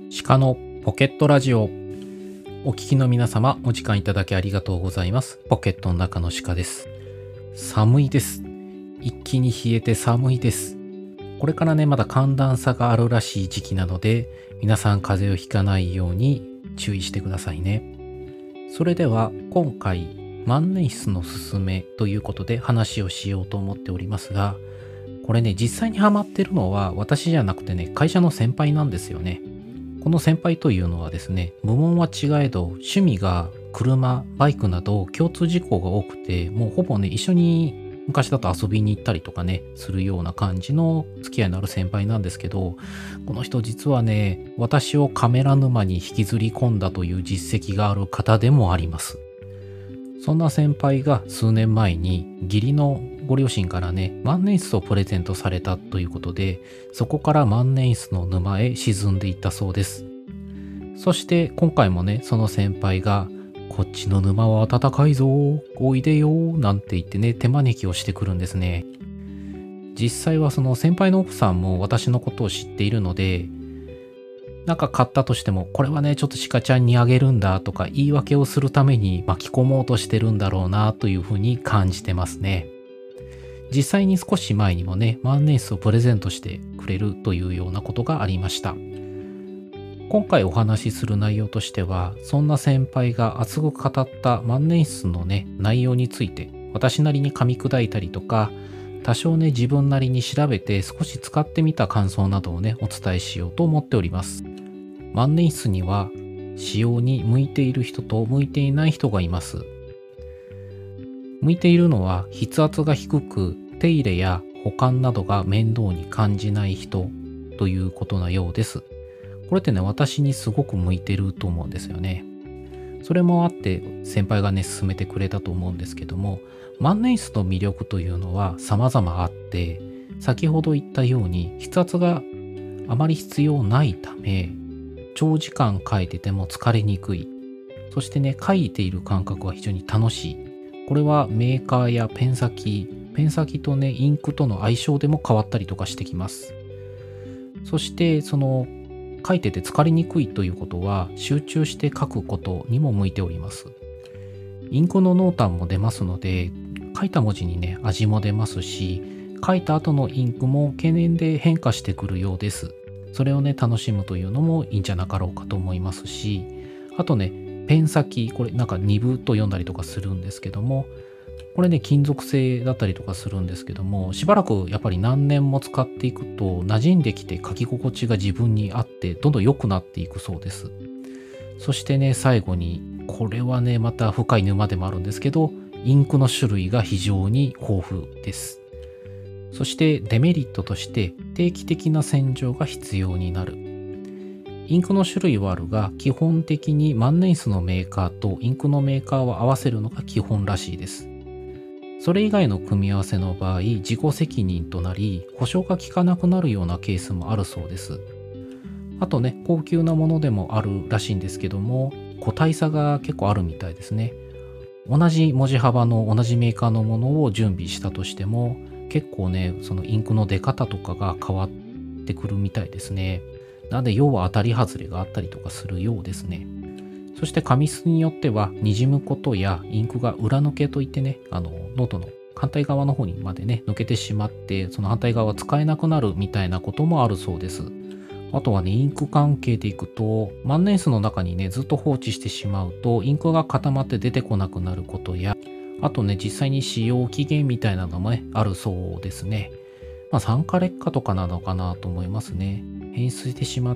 鹿のポケットラジオ。お聞きの皆様、お時間いただきありがとうございます。ポケットの中の鹿です。寒いです。一気に冷えて寒いです。これからね、まだ寒暖差があるらしい時期なので、皆さん風邪をひかないように注意してくださいね。それでは今回、万年筆のすすめということで話をしようと思っておりますが、これね、実際にハマってるのは私じゃなくてね、会社の先輩なんですよね。この先輩というのはですね、部門は違えど趣味が車、バイクなど共通事項が多くて、もうほぼね、一緒に昔だと遊びに行ったりとかね、するような感じの付き合いのある先輩なんですけど、この人実はね、私をカメラ沼に引きずり込んだという実績がある方でもあります。そんな先輩が数年前に義理のご両親からね、万年筆をプレゼントされたということで、そこから万年筆の沼へ沈んでいったそうです。そして今回もね、その先輩が、こっちの沼は暖かいぞ、おいでよ、なんて言ってね、手招きをしてくるんですね。実際はその先輩の奥さんも私のことを知っているので、なんか買ったとしても、これはね、ちょっと鹿ちゃんにあげるんだとか言い訳をするために巻き込もうとしてるんだろうなというふうに感じてますね。実際に少し前にもね、万年筆をプレゼントしてくれるというようなことがありました。今回お話しする内容としては、そんな先輩が熱く語った万年筆のね、内容について、私なりに噛み砕いたりとか、多少ね、自分なりに調べて少し使ってみた感想などをね、お伝えしようと思っております。万年筆には、使用に向いている人と向いていない人がいます。向いているのは、筆圧が低く、手入れや保管などが面倒に感じない人ということなようです。これってね、私にすごく向いてると思うんですよね。それもあって先輩がね、勧めてくれたと思うんですけども、万年筆の魅力というのは様々あって、先ほど言ったように筆圧があまり必要ないため、長時間書いてても疲れにくい。そしてね、書いている感覚は非常に楽しい。これはメーカーやペン先とね、インクとの相性でも変わったりとかしてきます。そしてその書いてて疲れにくいということは集中して書くことにも向いております。インクの濃淡も出ますので、書いた文字にね、味も出ますし、書いた後のインクも経年で変化してくるようです。それをね、楽しむというのもいいんじゃなかろうかと思いますし、あとね、ペン先、これなんかニブと読んだりとかするんですけども、これね、金属製だったりとかするんですけども、しばらくやっぱり何年も使っていくと馴染んできて書き心地が自分に合ってどんどん良くなっていくそうです。そしてね、最後に、これはね、また深い沼でもあるんですけど、インクの種類が非常に豊富です。そしてデメリットとして定期的な洗浄が必要になる。インクの種類はあるが、基本的に万年筆のメーカーとインクのメーカーを合わせるのが基本らしいです。それ以外の組み合わせの場合、自己責任となり、保証が効かなくなるようなケースもあるそうです。あとね、高級なものでもあるらしいんですけども、個体差が結構あるみたいですね。同じ文字幅の同じメーカーのものを準備したとしても、結構ね、そのインクの出方とかが変わってくるみたいですね。なので、要は当たり外れがあったりとかするようですね。そして紙質によっては滲むことやインクが裏抜けといってね、ノートの反対側の方にまでね、抜けてしまって、その反対側は使えなくなるみたいなこともあるそうです。あとはね、インク関係でいくと、万年筆の中にね、ずっと放置してしまうと、インクが固まって出てこなくなることや、あとね、実際に使用期限みたいなのもね、あるそうですね。酸化劣化とかなのかなと思いますね。変質してしまって、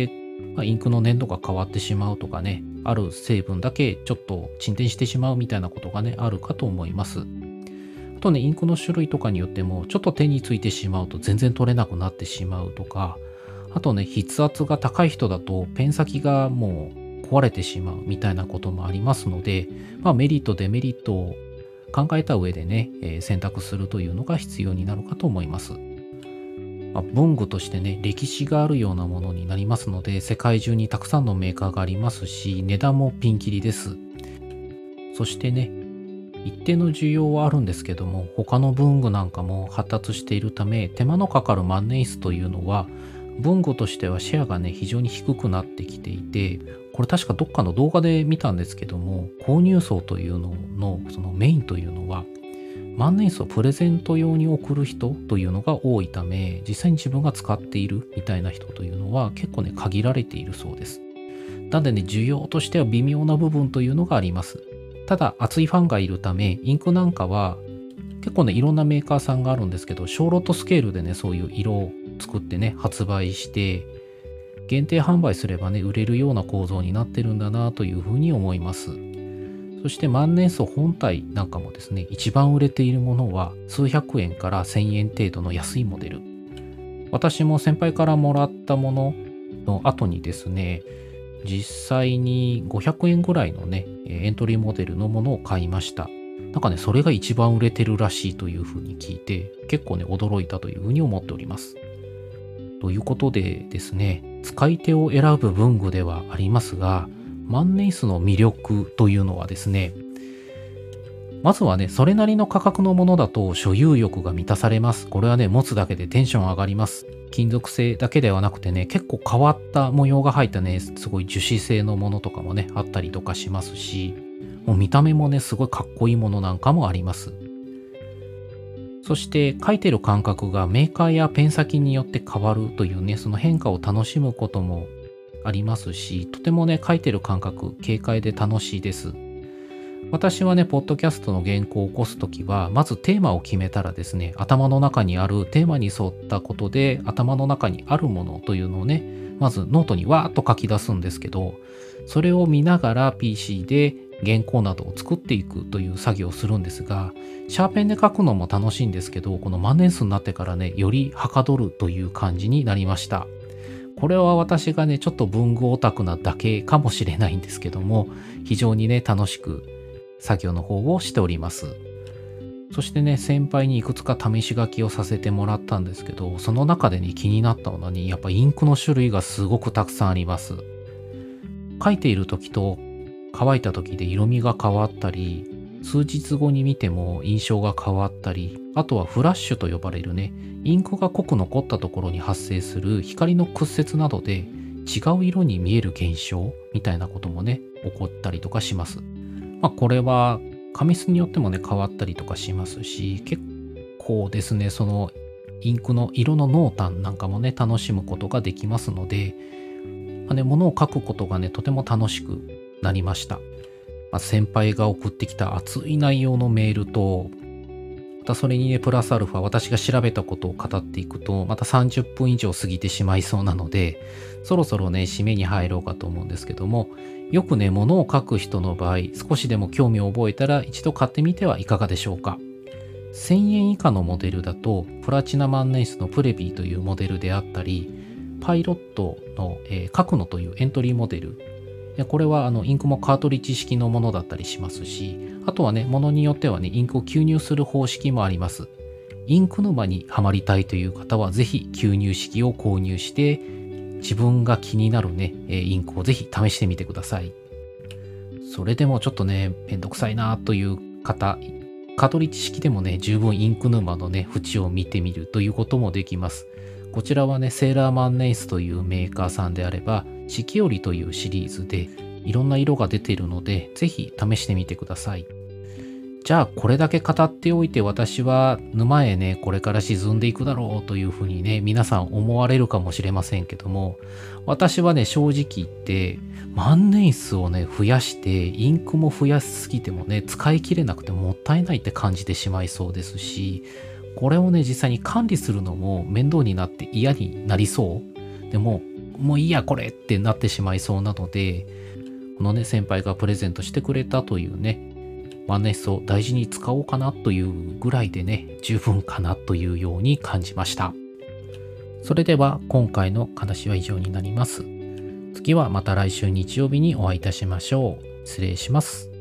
インクの粘度が変わってしまうとかね、ある成分だけちょっと沈殿してしまうみたいなことがね、あるかと思います。あとね、インクの種類とかによっても、ちょっと手についてしまうと全然取れなくなってしまうとか、あとね、筆圧が高い人だとペン先がもう壊れてしまうみたいなこともありますので、メリット、デメリットを考えた上でね、選択するというのが必要になるかと思います。文具としてね、歴史があるようなものになりますので、世界中にたくさんのメーカーがありますし、値段もピンキリです。そしてね、一定の需要はあるんですけども、他の文具なんかも発達しているため、手間のかかる万年筆というのは、 文具としてはシェアがね、非常に低くなってきていて、これ確かどっかの動画で見たんですけども、購入層というののそのメインというのは、万年筆をプレゼント用に送る人というのが多いため、実際に自分が使っているみたいな人というのは結構ね、限られているそうです。なんでね、需要としては微妙な部分というのがあります。ただ、熱いファンがいるため、インクなんかは結構ね、いろんなメーカーさんがあるんですけど、小ロットスケールでね、そういう色を作ってね、発売して、限定販売すればね、売れるような構造になってるんだなというふうに思います。そして万年筆本体なんかもですね、一番売れているものは数百円から1000円程度の安いモデル。私も先輩からもらったものの後にですね、実際に500円ぐらいのね、エントリーモデルのものを買いました。なんかね、それが一番売れてるらしいというふうに聞いて、結構ね、驚いたというふうに思っております。ということでですね、使い手を選ぶ文具ではありますが、万年筆の魅力というのはですね、まずはね、それなりの価格のものだと所有欲が満たされます。これはね、持つだけでテンション上がります。金属製だけではなくてね、結構変わった模様が入ったね、すごい樹脂製のものとかもね、あったりとかしますし、もう見た目もね、すごいかっこいいものなんかもあります。そして書いてる感覚がメーカーやペン先によって変わるというね、その変化を楽しむこともありますし、とてもね、書いてる感覚、軽快で楽しいです。私はね、ポッドキャストの原稿を起こすときは、まずテーマを決めたらですね、頭の中にあるテーマに沿ったことで、頭の中にあるものというのをね、まずノートにわーっと書き出すんですけど、それを見ながら PC で原稿などを作っていくという作業をするんですが、シャーペンで書くのも楽しいんですけど、この万年筆になってからね、よりはかどるという感じになりました。これは私がね、ちょっと文具オタクなだけかもしれないんですけども、非常にね、楽しく作業の方をしております。そしてね、先輩にいくつか試し書きをさせてもらったんですけど、その中でね、気になったのに、やっぱインクの種類がすごくたくさんあります。書いている時と乾いた時で色味が変わったり、数日後に見ても印象が変わったり、あとはフラッシュと呼ばれるね、インクが濃く残ったところに発生する光の屈折などで違う色に見える現象みたいなこともね、起こったりとかします。これは紙質によってもね、変わったりとかしますし、結構ですね、そのインクの色の濃淡なんかもね、楽しむことができますので、物を書くことがね、とても楽しくなりました。先輩が送ってきた熱い内容のメールと、またそれにね、プラスアルファ私が調べたことを語っていくと、また30分以上過ぎてしまいそうなので、そろそろね、締めに入ろうかと思うんですけども、よくね、物を書く人の場合、少しでも興味を覚えたら一度買ってみてはいかがでしょうか。1000円以下のモデルだと、プラチナ万年筆のプレビーというモデルであったり、パイロットの、書くのというエントリーモデル、これはインクもカートリッジ式のものだったりしますし、あとはね、ものによってはね、インクを吸入する方式もあります。インク沼にはまりたいという方は、ぜひ吸入式を購入して、自分が気になるね、インクをぜひ試してみてください。それでもちょっとね、めんどくさいなという方、カートリッジ式でもね、十分インク沼のね、縁を見てみるということもできます。こちらはね、セーラー万年筆というメーカーさんであれば、四季折というシリーズでいろんな色が出ているので、ぜひ試してみてください。じゃあこれだけ語っておいて私は沼へね、これから沈んでいくだろうというふうにね、皆さん思われるかもしれませんけども、私はね、正直言って万年筆をね、増やしてインクも増やしすぎてもね、使い切れなくてもったいないって感じてしまいそうですし、これをね、実際に管理するのも面倒になって嫌になりそう。でもういいやこれってなってしまいそうなので、このね、先輩がプレゼントしてくれたというね、万年筆を大事に使おうかなというぐらいでね、十分かなというように感じました。それでは今回の話は以上になります。次はまた来週日曜日にお会いいたしましょう。失礼します。